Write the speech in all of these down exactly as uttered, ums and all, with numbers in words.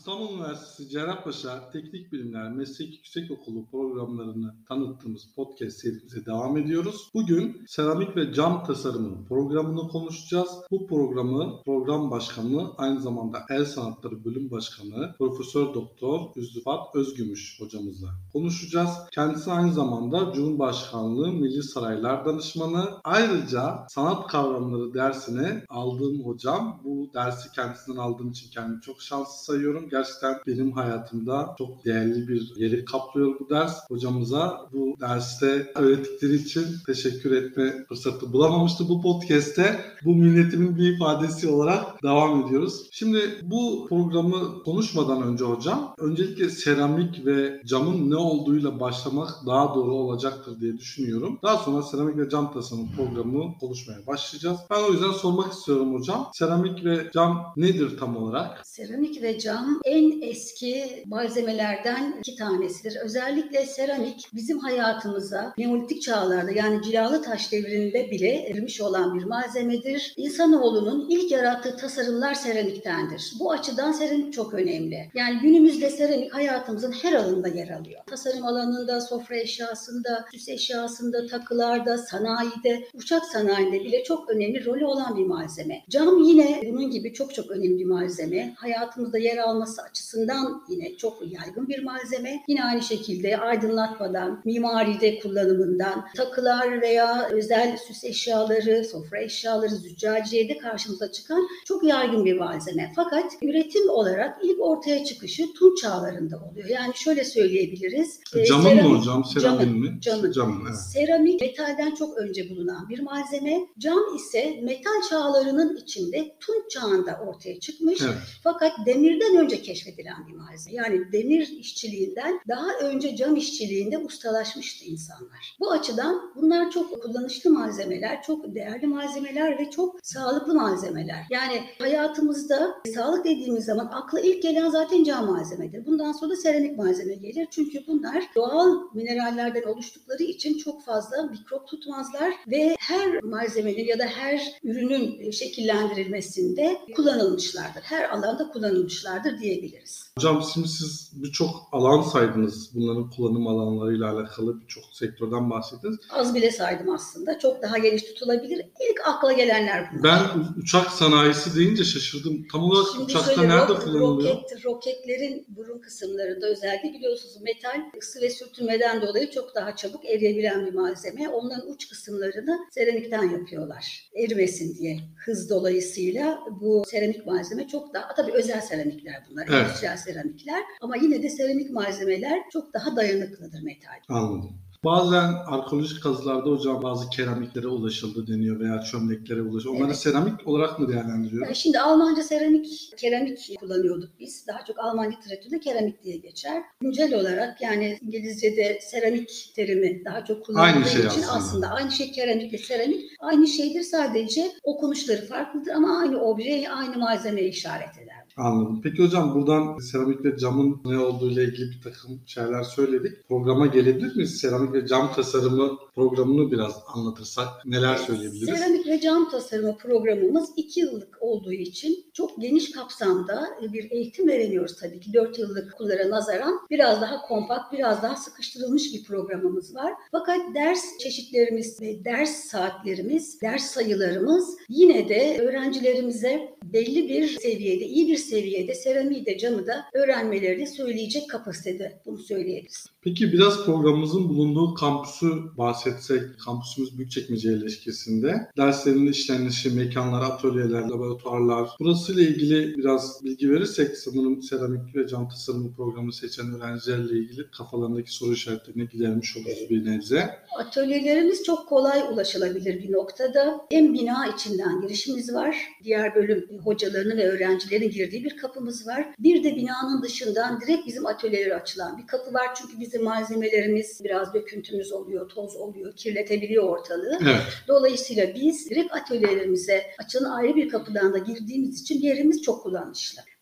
İstanbul Üniversitesi Cerrahpaşa Teknik Bilimler Meslek Yüksekokulu programlarını tanıttığımız podcast serimize devam ediyoruz. Bugün seramik ve cam tasarımı programını konuşacağız. Bu programı program başkanı, aynı zamanda El Sanatları Bölüm Başkanı Profesör Doktor Üzdüfat Özgümüş hocamızla konuşacağız. Kendisi aynı zamanda Cumhurbaşkanlığı Milli Saraylar Danışmanı. Ayrıca sanat kavramları dersine aldığım hocam. Bu dersi kendisinden aldığım için kendimi çok şanslı sayıyorum. Gerçekten benim hayatımda çok değerli bir yeri kaplıyor bu ders. Hocamıza bu derste öğrettikleri için teşekkür etme fırsatı bulamamıştı bu podcast'te. Bu minnetimin bir ifadesi olarak devam ediyoruz. Şimdi bu programı konuşmadan önce hocam, öncelikle seramik ve camın ne olduğuyla başlamak daha doğru olacaktır diye düşünüyorum. Daha sonra seramik ve cam tasarım programı konuşmaya başlayacağız. Ben o yüzden sormak istiyorum hocam. Seramik ve cam nedir tam olarak? Seramik ve cam en eski malzemelerden iki tanesidir. Özellikle seramik bizim hayatımıza Neolitik çağlarda, yani cilalı taş devrinde bile girmiş olan bir malzemedir. İnsanoğlunun ilk yarattığı tasarımlar seramiktendir. Bu açıdan seramik çok önemli. Yani günümüzde seramik hayatımızın her alanında yer alıyor. Tasarım alanında, sofra eşyasında, süs eşyasında, takılarda, sanayide, uçak sanayinde bile çok önemli rolü olan bir malzeme. Cam yine bunun gibi çok çok önemli bir malzeme. Hayatımızda yer alması açısından yine çok yaygın bir malzeme. Yine aynı şekilde aydınlatmadan, mimaride kullanımından, takılar veya özel süs eşyaları, sofra eşyaları, züccaciyede karşımıza çıkan çok yaygın bir malzeme. Fakat üretim olarak ilk ortaya çıkışı Tunç çağlarında oluyor. Yani şöyle söyleyebiliriz. Camın seramik, mı hocam? Seramik mi? Camın. Camın, evet. Seramik metalden çok önce bulunan bir malzeme. Cam ise metal çağlarının içinde Tunç çağında ortaya çıkmış. Evet. Fakat demirden önce keşfedilen bir malzeme. Yani demir işçiliğinden daha önce cam işçiliğinde ustalaşmıştı insanlar. Bu açıdan bunlar çok kullanışlı malzemeler, çok değerli malzemeler ve çok sağlıklı malzemeler. Yani hayatımızda sağlık dediğimiz zaman akla ilk gelen zaten cam malzemedir. Bundan sonra da seramik malzeme gelir. Çünkü bunlar doğal minerallerden oluştukları için çok fazla mikrop tutmazlar ve her malzemenin ya da her ürünün şekillendirilmesinde kullanılmışlardır. Her alanda kullanılmışlardır diyebiliriz. Hocam şimdi siz birçok alan saydınız. Bunların kullanım alanlarıyla alakalı birçok sektörden bahsettiniz. Az bile saydım aslında. Çok daha geniş tutulabilir. İlk akla gelenler bunlar. Ben uçak sanayisi deyince şaşırdım. Tam olarak Şimdi uçakta nerede ro- kullanılıyor? Roket, roketlerin burun kısımlarında özellikle biliyorsunuz metal ısı ve sürtünmeden dolayı çok daha çabuk eriyebilen bir malzeme. Onların uç kısımlarını seramikten yapıyorlar. Erimesin diye. Hız dolayısıyla bu seramik malzeme çok daha, tabii özel seramikler bunlar. Evet. Endüstriyel seramikler. Ama yine de seramik malzemeler çok daha dayanıklıdır metal. Anladım. Bazen arkeolojik kazılarda hocam bazı keramiklere ulaşıldı deniyor veya çömleklere ulaşıldı. Onları evet. seramik olarak mı değerlendiriyoruz? Yani şimdi Almanca seramik, keramik kullanıyorduk biz. Daha çok Alman literatüründe keramik diye geçer. Güncel olarak yani İngilizce'de seramik terimi daha çok kullanıldığı şey için aslında. aslında aynı şey keramik ve seramik aynı şeydir. Sadece okunuşları farklıdır ama aynı objeye, aynı malzemeye işaret eder. Anladım. Peki hocam buradan seramik ve camın ne olduğuyla ilgili bir takım şeyler söyledik. Programa gelebilir miyiz? Seramik ve cam tasarımı programını biraz anlatırsak neler söyleyebiliriz? Seramik ve cam tasarımı programımız iki yıllık olduğu için çok geniş kapsamda bir eğitim veremiyoruz tabii ki. dört yıllık okullara nazaran biraz daha kompakt, biraz daha sıkıştırılmış bir programımız var. Fakat ders çeşitlerimiz ve ders saatlerimiz, ders sayılarımız yine de öğrencilerimize belli bir seviyede, iyi bir seviyede seramiği de camı da öğrenmelerini söyleyecek kapasitede, bunu söyleyebiliriz. Peki biraz programımızın bulunduğu kampüsü bahsetsek, kampüsümüz Büyükçekmece yerleşkesinde. Derslerin işlenişi, mekanlar, atölyeler, laboratuvarlar. Burasıyla ilgili biraz bilgi verirsek sanırım seramik ve cam tasarımı programı seçen öğrencilerle ilgili kafalarındaki soru işaretlerini gidermiş oluruz bir nebze. Atölyelerimiz çok kolay ulaşılabilir bir noktada. Hem bina içinden girişimiz var, diğer bölüm hocalarının ve öğrencilerin girdiği bir kapımız var. Bir de binanın dışından direkt bizim atölyelere açılan bir kapı var. Çünkü bizim malzemelerimiz biraz döküntümüz oluyor, toz oluyor, kirletebiliyor ortalığı. Evet. Dolayısıyla biz direkt atölyelerimize açılan ayrı bir kapıdan da girdiğimiz için yerimiz çok kullanışlı.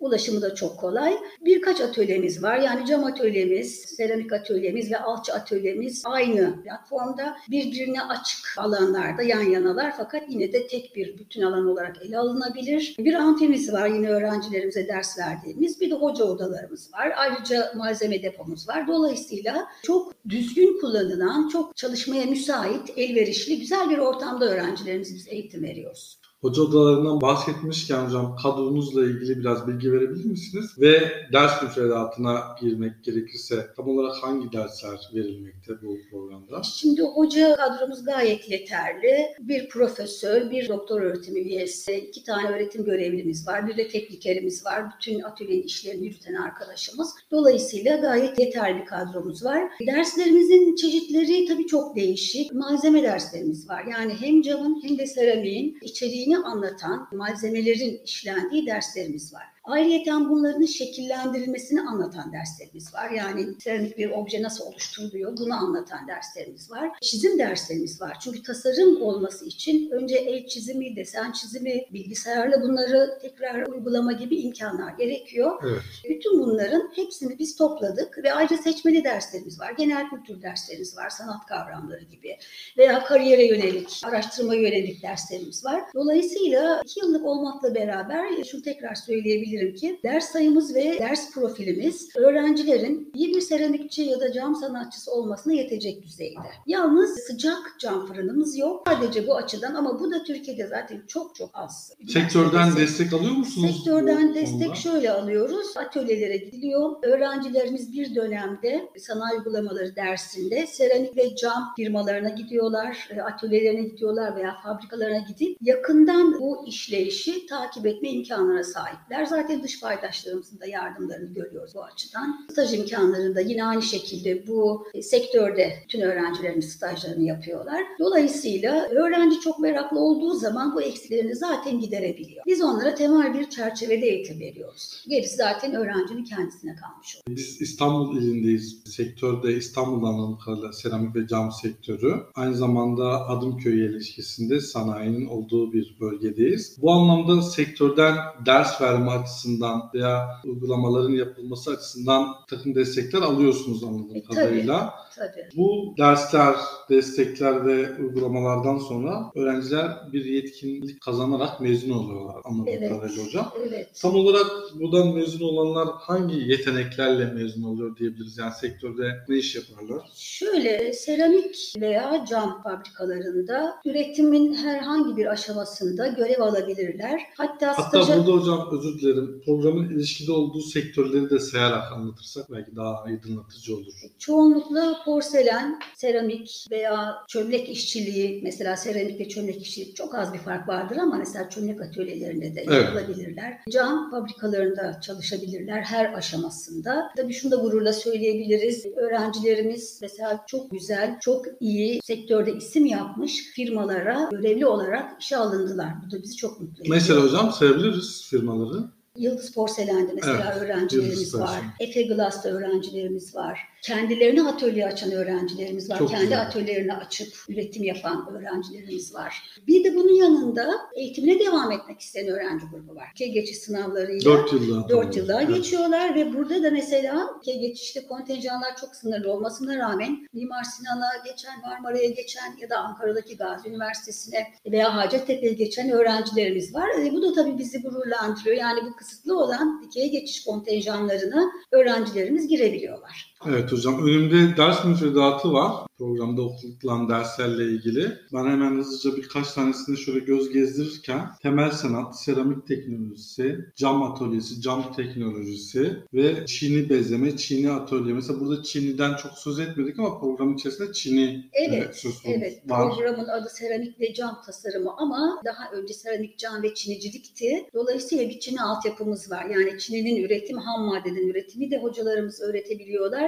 Ulaşımı da çok kolay. Birkaç atölyemiz var. Yani cam atölyemiz, seramik atölyemiz ve alçı atölyemiz aynı platformda. Birbirine açık alanlarda yan yanalar fakat yine de tek bir bütün alan olarak ele alınabilir. Bir amfimiz var yine öğrencilerimize ders verdiğimiz. Bir de hoca odalarımız var. Ayrıca malzeme depomuz var. Dolayısıyla çok düzgün kullanılan, çok çalışmaya müsait, elverişli, güzel bir ortamda öğrencilerimize biz eğitim veriyoruz. Hoca odalarından bahsetmişken hocam kadronuzla ilgili biraz bilgi verebilir misiniz? Ve ders müfredatına girmek gerekirse tam olarak hangi dersler verilmekte bu programda? Şimdi hoca kadromuz gayet yeterli. Bir profesör, bir doktor öğretimi üyesi, iki tane öğretim görevlimiz var, bir de teknikerimiz var. Bütün atölyenin işlerini yürüten arkadaşımız. Dolayısıyla gayet yeterli bir kadromuz var. Derslerimizin çeşitleri tabii çok değişik. Malzeme derslerimiz var. Yani hem camın hem de seramiğin içeriğini anlatan malzemelerin işlendiği derslerimiz var. Ayrıyeten bunların şekillendirilmesini anlatan derslerimiz var. Yani seramik bir obje nasıl oluşturuluyor bunu anlatan derslerimiz var. Çizim derslerimiz var. Çünkü tasarım olması için önce el çizimi, desen çizimi, bilgisayarla bunları tekrar uygulama gibi imkanlar gerekiyor. Evet. Bütün bunların hepsini biz topladık ve ayrıca seçmeli derslerimiz var. Genel kültür derslerimiz var, sanat kavramları gibi veya kariyere yönelik, araştırma yönelik derslerimiz var. Dolayısıyla iki yıllık olmakla beraber şunu tekrar söyleyebilirim ki ders sayımız ve ders profilimiz öğrencilerin iyi bir seramikçi ya da cam sanatçısı olmasına yetecek düzeyde. Yalnız sıcak cam fırınımız yok. Sadece bu açıdan ama bu da Türkiye'de zaten çok çok az. Sektörden destek alıyor musunuz? Sektörden destek şöyle alıyoruz. Atölyelere gidiliyor. Öğrencilerimiz bir dönemde sanayi uygulamaları dersinde seramik ve cam firmalarına gidiyorlar, atölyelerine gidiyorlar veya fabrikalarına gidip yakından bu işleyişi takip etme imkanına sahipler. Zaten dış paydaşlarımızın da yardımlarını görüyoruz bu açıdan. Staj imkanlarında yine aynı şekilde bu sektörde bütün öğrencilerimiz stajlarını yapıyorlar. Dolayısıyla öğrenci çok meraklı olduğu zaman bu eksiklerini zaten giderebiliyor. Biz onlara temel bir çerçevede eğitim veriyoruz. Gerisi zaten öğrencinin kendisine kalmış oluyor. Biz İstanbul ilindeyiz. Sektörde İstanbul'dan anladığım kadarıyla seramik ve cam sektörü. Aynı zamanda Adımköy ilişkisinde sanayinin olduğu bir bölgedeyiz. Bu anlamda sektörden ders verme açısından veya uygulamaların yapılması açısından takım destekler alıyorsunuz anladığım E, kadarıyla. Tabii, tabii. Bu dersler, destekler ve uygulamalardan sonra öğrenciler bir yetkinlik kazanarak mezun oluyorlar anladığım Evet, kadarıyla hocam. evet. Tam olarak buradan mezun olanlar hangi yeteneklerle mezun oluyor diyebiliriz? Yani sektörde ne iş yaparlar? Şöyle, seramik veya cam fabrikalarında üretimin herhangi bir aşamasında görev alabilirler. Hatta, Hatta staja... burada hocam özür dilerim. Programın ilişkide olduğu sektörleri de sayarak anlatırsak belki daha aydınlatıcı olur. Çoğunlukla porselen, seramik veya çömlek işçiliği, mesela seramik ve çömlek işçiliği çok az bir fark vardır ama mesela çömlek atölyelerinde de Evet. yapılabilirler. Cam fabrikalarında çalışabilirler her aşamasında. Tabii şunu da gururla söyleyebiliriz. Öğrencilerimiz mesela çok güzel, çok iyi sektörde isim yapmış firmalara görevli olarak işe alındılar. Bu da bizi çok mutlu ediyor. Mesela hocam sayabiliriz firmaları. Yıldız Porselen'de mesela Evet, öğrencilerimiz Yıldız var. Porselen. Efe Glass'ta öğrencilerimiz var. Kendilerine atölye açan öğrencilerimiz var. Çok Kendi güzel. atölyelerini açıp üretim yapan öğrencilerimiz var. Bir de bunun yanında eğitimine devam etmek isteyen öğrenci grubu var. K geçiş sınavlarıyla Dört yılda. dört yılda Evet. geçiyorlar ve burada da mesela K geçişte kontenjanlar çok sınırlı olmasına rağmen Mimar Sinan'a geçen, Marmara'ya geçen ya da Ankara'daki Gazi Üniversitesi'ne veya Hacettepe'ye geçen öğrencilerimiz var. E, bu da tabii bizi gururlandırıyor. Yani bu kısıtlı olan dikey geçiş kontenjanlarına öğrencilerimiz girebiliyorlar. Evet hocam önümde ders müfredatı var. Programda okutulan derslerle ilgili. Ben hemen hızlıca birkaç tanesini şöyle göz gezdirirken temel sanat, seramik teknolojisi, cam atölyesi, cam teknolojisi ve çini bezleme, çini atölye. Mesela burada çiniden çok söz etmedik ama program içerisinde çini Evet, e, söz konusu evet. var. Programın adı seramik ve cam tasarımı ama daha önce seramik, cam ve çinicilikti. Dolayısıyla bir çini altyapımız var. Yani çininin üretimi, ham maddeden üretimi de hocalarımız öğretebiliyorlar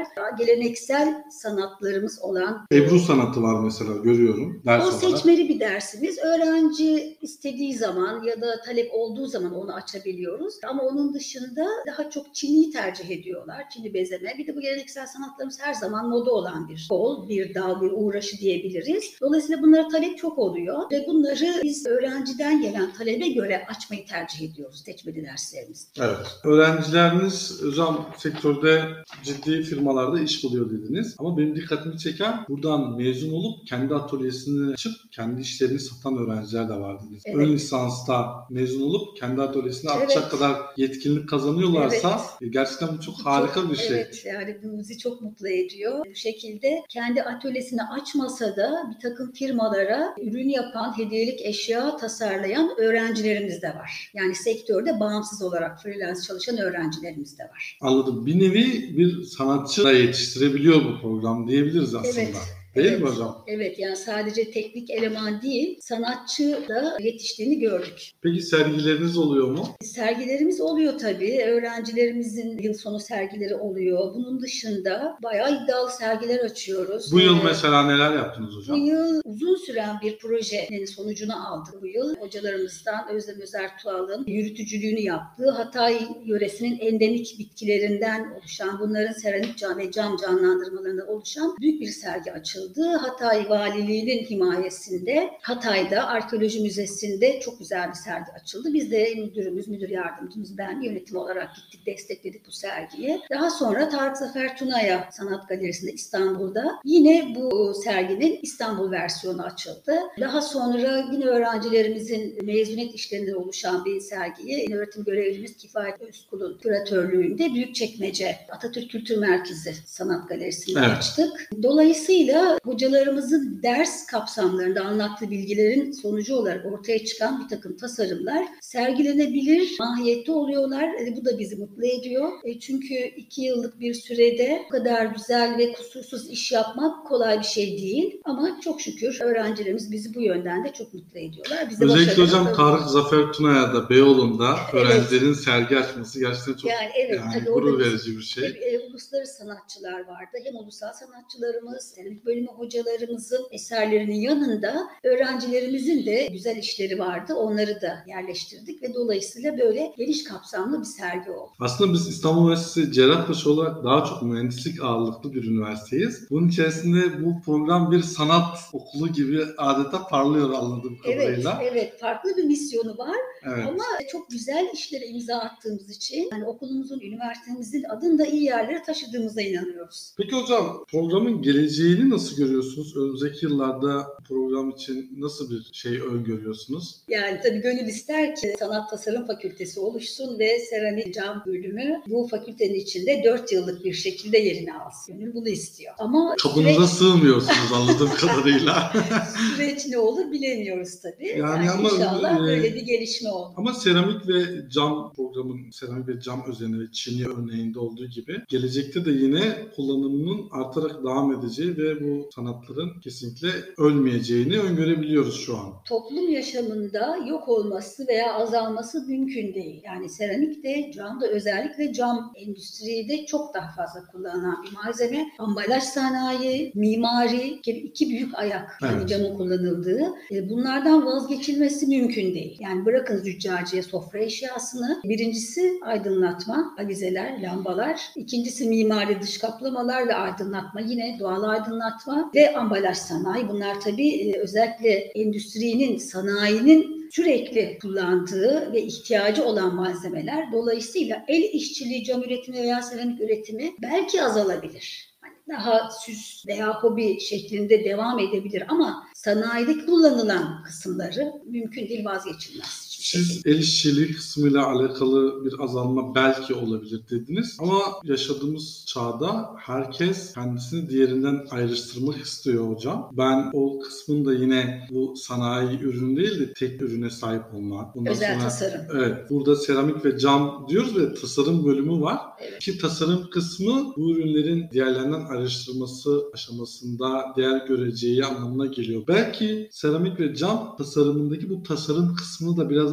Geleneksel sanatlarımız olan Ebru sanatı var mesela, görüyorum ders o olarak. seçmeli bir dersimiz. Öğrenci istediği zaman ya da talep olduğu zaman onu açabiliyoruz. Ama onun dışında daha çok Çini'yi tercih ediyorlar. Çini bezeme. Bir de bu geleneksel sanatlarımız her zaman moda olan bir kol, bir dal, bir uğraşı diyebiliriz. Dolayısıyla bunlara talep çok oluyor ve bunları biz öğrenciden gelen talebe göre açmayı tercih ediyoruz seçmeli derslerimiz. Evet. Öğrencileriniz hocam sektörde ciddi firmalarda iş buluyor dediniz. Ama benim dikkatimi çeken, buradan mezun olup kendi atölyesini açıp kendi işlerini satan öğrenciler de var dediniz. Evet. Ön lisansta mezun olup kendi atölyesini açacak Evet. kadar yetkinlik kazanıyorlarsa Evet. gerçekten bu çok harika Çok, bir şey. Evet, yani bu bizi çok mutlu ediyor. Bu şekilde kendi atölyesini açmasa da bir takım firmalara ürün yapan, hediyelik eşya tasarlayan öğrencilerimiz de var. Yani sektörde bağımsız olarak freelance çalışan öğrencilerimiz de var. Anladım. Bir nevi bir sanatçı da yetiştirebiliyor bu program diyebiliriz aslında. Evet. Değil Evet, mi hocam? evet, yani sadece teknik eleman değil, sanatçı da yetiştiğini gördük. Peki sergileriniz oluyor mu? Sergilerimiz oluyor tabii. Öğrencilerimizin yıl sonu sergileri oluyor. Bunun dışında bayağı iddialı sergiler açıyoruz. Bu yıl Ee, mesela neler yaptınız Bu hocam? yıl uzun süren bir projenin sonucunu aldık bu yıl. Hocalarımızdan Özlem Özer Tuğal'ın yürütücülüğünü yaptığı Hatay yöresinin endemik bitkilerinden oluşan, bunların seramik cam ve cam canlandırmalarından oluşan büyük bir sergi açıldı. Hatay Valiliği'nin himayesinde Hatay'da Arkeoloji Müzesi'nde çok güzel bir sergi açıldı. Biz de müdürümüz, müdür yardımcımız, ben yönetim olarak gittik, destekledik bu sergiyi. Daha sonra Tarık Zafer Tunaya Sanat Galerisi'nde İstanbul'da yine bu serginin İstanbul versiyonu açıldı. Daha sonra yine öğrencilerimizin mezuniyet işlerinden oluşan bir sergiyi yine öğretim görevlimiz Kifayet Özkul'un küratörlüğünde Büyükçekmece Atatürk Kültür Merkezi Sanat Galerisi'nde Evet. açtık. Dolayısıyla hocalarımızın ders kapsamlarında anlattığı bilgilerin sonucu olarak ortaya çıkan bir takım tasarımlar sergilenebilir mahiyette oluyorlar. E, bu da bizi mutlu ediyor. E, çünkü iki yıllık bir sürede bu kadar güzel ve kusursuz iş yapmak kolay bir şey değil. Ama çok şükür öğrencilerimiz bizi bu yönden de çok mutlu ediyorlar. Bize Özellikle başarılar hocam diliyorum. Tarık Zafer Tuna'da, Beyoğlu'nda Evet. öğrencilerin sergi açması gerçekten çok Yani evet, yani tabii orada gurur biz- verici bir şey. Hem e, uluslararası sanatçılar vardı. Hem ulusal sanatçılarımız, seramik bölümü hocalarımızın eserlerinin yanında öğrencilerimizin de güzel işleri vardı. Onları da yerleştirdik ve dolayısıyla böyle geniş kapsamlı bir sergi oldu. Aslında biz İstanbul Üniversitesi Cerrahpaşa olarak daha çok mühendislik ağırlıklı bir üniversiteyiz. Bunun içerisinde bu program bir sanat okulu gibi adeta parlıyor anladığım Evet, kadarıyla. evet. Farklı bir misyonu var. Evet. Ama çok güzel işlere imza attığımız için yani okulumuzun, üniversitemizin adını da iyi yerlere taşıdığımıza inanıyoruz. Peki hocam, programın geleceğini nasıl görüyorsunuz? Önümüzdeki yıllarda program için nasıl bir şey öngörüyorsunuz? Yani tabii gönül ister ki Sanat Tasarım Fakültesi oluşsun ve seramik cam bölümü bu fakültenin içinde dört yıllık bir şekilde yerini alsın. Gönül bunu istiyor. Ama Kabınıza süreç, sığmıyorsunuz anladığım kadarıyla. süreç ne olur bilemiyoruz tabii. Yani Yani, ama, inşallah e, böyle bir gelişme olur. Ama seramik ve cam programın, seramik ve cam üzerine ve Çin'i örneğinde olduğu gibi gelecekte de yine kullanımının artarak devam edeceği ve bu sanatların kesinlikle ölmeyeceğini öngörebiliyoruz şu an. Toplum yaşamında yok olması veya azalması mümkün değil. Yani seramik de cam da özellikle cam endüstride çok daha fazla kullanılan bir malzeme. Ambalaj sanayi, mimari gibi iki büyük ayak yani Evet. camın kullanıldığı. E, Bunlardan vazgeçilmesi mümkün değil. Yani bırakın züccaciye sofra eşyasını. Birincisi aydınlatma, avizeler, lambalar. İkincisi mimari dış kaplamalar ve aydınlatma. Yine doğal aydınlatma ve ambalaj sanayi. Bunlar tabii e, özellikle endüstrinin, sanayinin sürekli kullandığı ve ihtiyacı olan malzemeler. Dolayısıyla el işçiliği cam üretimi veya seramik üretimi belki azalabilir. Hani daha süs veya hobi şeklinde devam edebilir ama sanayide kullanılan kısımları mümkün değil, vazgeçilmez. Siz el işçiliği kısmıyla alakalı bir azalma belki olabilir dediniz. Ama yaşadığımız çağda herkes kendisini diğerinden ayrıştırmak istiyor hocam. Ben o kısmın da yine bu sanayi ürünü değil de tek ürüne sahip olmak. Ondan Özel sonra, tasarım. Evet. Burada seramik ve cam diyoruz ve tasarım bölümü var. Evet. Ki tasarım kısmı bu ürünlerin diğerlerinden ayrıştırması aşamasında değer göreceği anlamına geliyor. Belki seramik ve cam tasarımındaki bu tasarım kısmını da biraz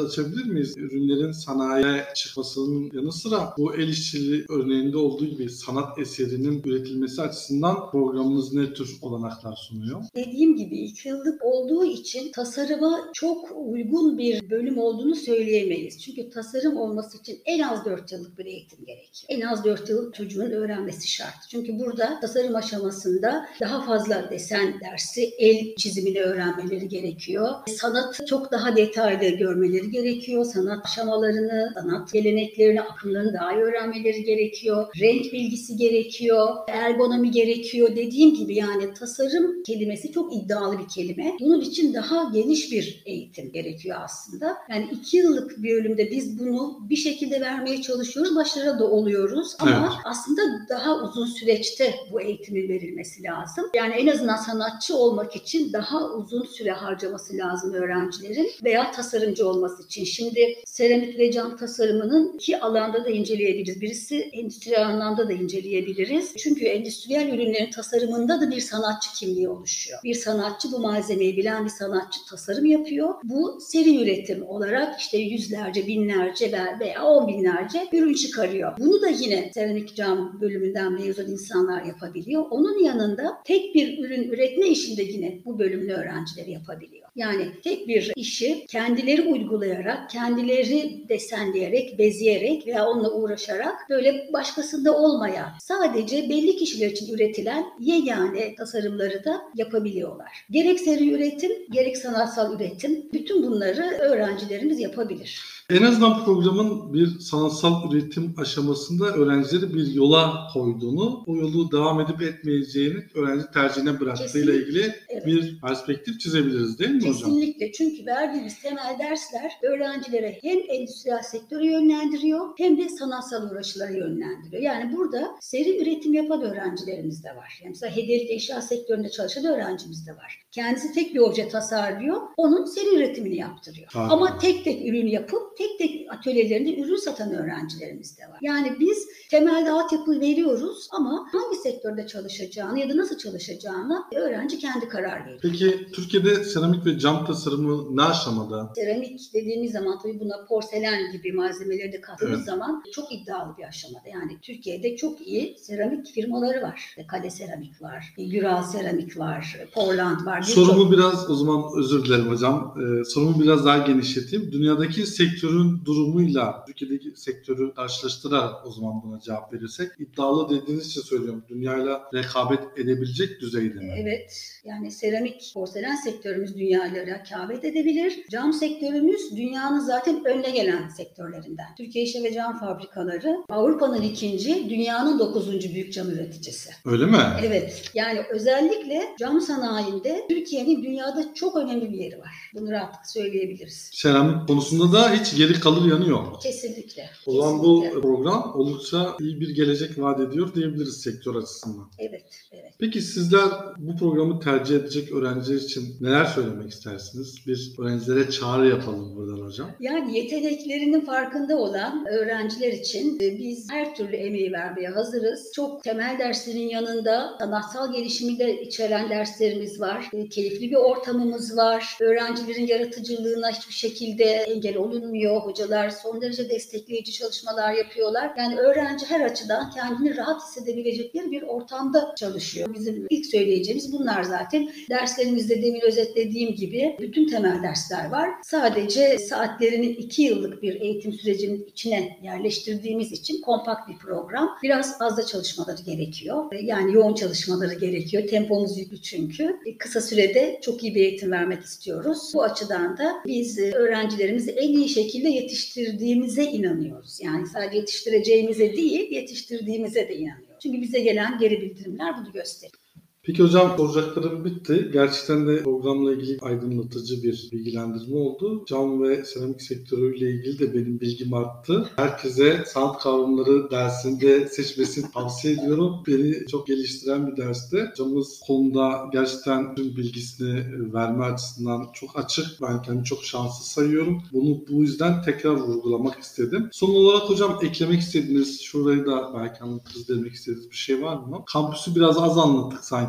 biraz açabilir miyiz? Ürünlerin sanayiye çıkmasının yanı sıra bu el işçiliği örneğinde olduğu gibi sanat eserinin üretilmesi açısından programımız ne tür olanaklar sunuyor? Dediğim gibi iki yıllık olduğu için tasarıma çok uygun bir bölüm olduğunu söyleyemeyiz. Çünkü tasarım olması için en az dört yıllık bir eğitim gerekiyor. En az dört yıl çocuğun öğrenmesi şart. Çünkü burada tasarım aşamasında daha fazla desen dersi, el çizimini öğrenmeleri gerekiyor. Sanatı çok daha detaylı görmeleri gerekiyor. Sanat aşamalarını, sanat geleneklerini, akımlarını daha iyi öğrenmeleri gerekiyor. Renk bilgisi gerekiyor, ergonomi gerekiyor. Dediğim gibi yani tasarım kelimesi çok iddialı bir kelime. Bunun için daha geniş bir eğitim gerekiyor aslında. Yani iki yıllık bir bölümde biz bunu bir şekilde vermeye çalışıyoruz. Başarılı da oluyoruz ama Evet. aslında daha uzun süreçte bu eğitimin verilmesi lazım. Yani en azından sanatçı olmak için daha uzun süre harcaması lazım öğrencilerin veya tasarımcı olması için. Şimdi seramik ve cam tasarımının iki alanda da inceleyebiliriz. Birisi endüstriyel anlamda da inceleyebiliriz. Çünkü endüstriyel ürünlerin tasarımında da bir sanatçı kimliği oluşuyor. Bir sanatçı, bu malzemeyi bilen bir sanatçı tasarım yapıyor. Bu seri üretim olarak işte yüzlerce, binlerce veya on binlerce ürün çıkarıyor. Bunu da yine seramik cam bölümünden mezun insanlar yapabiliyor. Onun yanında tek bir ürün üretme işini de yine bu bölümün öğrencileri yapabiliyor. Yani tek bir işi kendileri uygulayarak, kendileri desenleyerek, bezeyerek veya onunla uğraşarak böyle başkasında olmayan, sadece belli kişiler için üretilen yegane tasarımları da yapabiliyorlar. Gerek seri üretim, gerek sanatsal üretim, bütün bunları öğrencilerimiz yapabilir. En azından programın bir sanatsal üretim aşamasında öğrencileri bir yola koyduğunu, o yolu devam edip etmeyeceğini öğrenci tercihine bıraktığıyla ilgili evet. bir perspektif çizebiliriz değil mi Kesinlikle. hocam? Kesinlikle. Çünkü verdiğimiz temel dersler öğrencilere hem endüstriyel sektörü yönlendiriyor hem de sanatsal uğraşıları yönlendiriyor. Yani burada seri üretim yapan öğrencilerimiz de var. Yani mesela hediyelik eşya sektöründe çalışan öğrencimiz de var. Kendisi tek bir obje tasarlıyor, onun seri üretimini yaptırıyor. Harika. Ama tek tek ürün yapıp tek tek atölyelerinde ürün satan öğrencilerimiz de var. Yani biz temelde altyapı veriyoruz ama hangi sektörde çalışacağını ya da nasıl çalışacağını öğrenci kendi karar veriyor. Peki Türkiye'de seramik ve cam tasarımı ne aşamada? Seramik dediğimiz zaman tabii buna porselen gibi malzemeleri de kattığımız Evet. zaman çok iddialı bir aşamada. Yani Türkiye'de çok iyi seramik firmaları var. İşte Kale Seramik var, Güral Seramik var, Portland var. Sorumu çok... biraz, o zaman özür dilerim hocam. Ee, sorumu biraz daha genişleteyim. Dünyadaki sektörün durumuyla Türkiye'deki sektörü karşılaştırarak o zaman buna cevap verirsek, iddialı dediğiniz için söylüyorum. Dünyayla rekabet edebilecek düzeyde mi? Evet. Yani seramik, porselen sektörümüz dünyayla rekabet edebilir. Cam sektörümüz dünyanın zaten önde gelen sektörlerinden. Türkiye İşe ve Cam Fabrikaları Avrupa'nın ikinci, dünyanın dokuzuncu büyük cam üreticisi. Öyle mi? Evet. Yani özellikle cam sanayinde Türkiye'nin dünyada çok önemli bir yeri var. Bunu rahatlıkla söyleyebiliriz. Seramik konusunda da hiç geri kalır yanı yok. Kesinlikle. O zaman kesinlikle. bu program oldukça iyi bir gelecek vaat ediyor diyebiliriz sektör açısından. Evet, evet. Peki sizler bu programı tercih edecek öğrenciler için neler söylemek istersiniz? Bir öğrencilere çağrı yapalım buradan hocam. Yani yeteneklerinin farkında olan öğrenciler için biz her türlü emeği vermeye hazırız. Çok temel derslerin yanında sanatsal gelişimi de içeren derslerimiz var. Keyifli bir ortamımız var. Öğrencilerin yaratıcılığına hiçbir şekilde engel olunmuyor. Hocalar son derece destekleyici çalışmalar yapıyorlar. Yani öğrenci her açıdan kendini rahat hissedebilecekleri bir ortamda çalışıyor. Bizim ilk söyleyeceğimiz bunlar zaten. Derslerimizde demin özetlediğim gibi bütün temel dersler var. Sadece saatlerini iki yıllık bir eğitim sürecinin içine yerleştirdiğimiz için kompakt bir program. Biraz fazla çalışmaları gerekiyor. Yani yoğun çalışmaları gerekiyor. Tempomuz yüklü çünkü. Kısa sürede çok iyi bir eğitim vermek istiyoruz. Bu açıdan da biz öğrencilerimizi en iyi şekilde yetiştirdiğimize inanıyoruz. Yani sadece yetiştireceğimize değil, yetiştirdiğimize de inanıyoruz. Çünkü bize gelen geri bildirimler bunu gösteriyor. Peki hocam, soracaklarım bitti. Gerçekten de programla ilgili aydınlatıcı bir bilgilendirme oldu. Cam ve seramik sektörüyle ilgili de benim bilgim arttı. Herkese sanat kavramları dersinde seçmesini tavsiye ediyorum. Beni çok geliştiren bir dersti. Hocamız konuda gerçekten tüm bilgisini verme açısından çok açık. Ben kendimi çok şanslı sayıyorum. Bunu bu yüzden tekrar vurgulamak istedim. Son olarak hocam, eklemek istediğiniz, şurayı da belki anlatırız demek istediğiniz bir şey var mı? Kampüsü biraz az anlattık sanki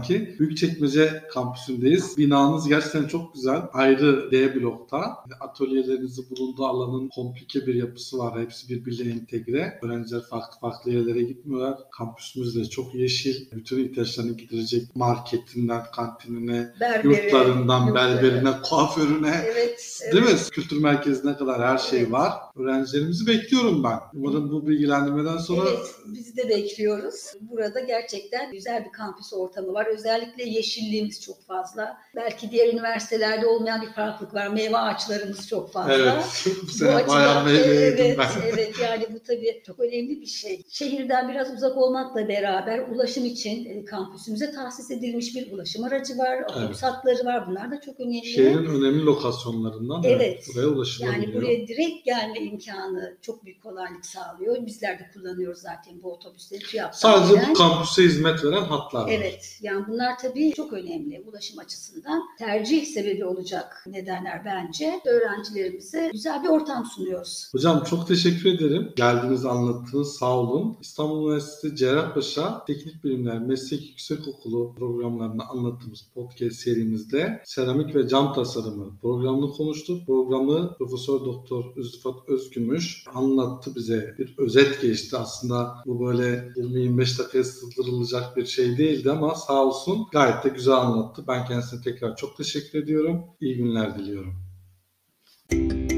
anki Büyükçekmece kampüsündeyiz. Binanız gerçekten çok güzel. Ayrı D blokta. Atölyelerinizin bulunduğu alanın komplike bir yapısı var. Hepsi birbiriyle entegre. Öğrenciler farklı farklı yerlere gitmiyorlar. Kampüsümüz de çok yeşil. Bütün ihtiyaçlarını giderecek marketinden, kantinine, Berberi, yurtlarından, yurtları. berberine, kuaförüne. Evet, evet. Değil mi? Kültür merkezine kadar her şey Evet. var. Öğrencilerimizi bekliyorum ben. Umarım bu bilgilendirmeden sonra... Evet, biz de bekliyoruz. Burada gerçekten güzel bir kampüs ortamı var. Özellikle yeşilliğimiz çok fazla. Belki diğer üniversitelerde olmayan bir farklılık var. Meyve ağaçlarımız çok fazla. Evet, bu Bu sene bayağı açıdan meyve yedim evet, ben. evet yani bu tabii çok önemli bir şey. Şehirden biraz uzak olmakla beraber ulaşım için e, kampüsümüze tahsis edilmiş bir ulaşım aracı var. Otobüs Evet. hatları var. Bunlar da çok önemli. Şehrin önemli lokasyonlarından Evet. evet, buraya ulaşılabiliyor. Yani buraya direkt gelme imkanı çok büyük kolaylık sağlıyor. Bizler de kullanıyoruz zaten bu otobüsleri TÜYAP'tan Sadece gelen. bu kampüse hizmet veren hatlar var. Evet, yani bunlar tabii çok önemli ulaşım açısından. Tercih sebebi olacak nedenler bence. Öğrencilerimize güzel bir ortam sunuyoruz. Hocam çok teşekkür ederim. Geldiğiniz, anlattınız. Sağ olun. İstanbul Üniversitesi Cerrahpaşa Teknik Bilimler Meslek Yüksekokulu programlarını anlattığımız podcast serimizde seramik ve cam tasarımı programını konuştuk. Programı Profesör Doktor Rıfat Özgümüş anlattı bize. Bir özet geçti. Aslında bu böyle yirmi yirmi beş dakikaya sığdırılacak bir şey değildi ama sağ olsun gayet de güzel anlattı. Ben kendisine tekrar çok teşekkür ediyorum. İyi günler diliyorum.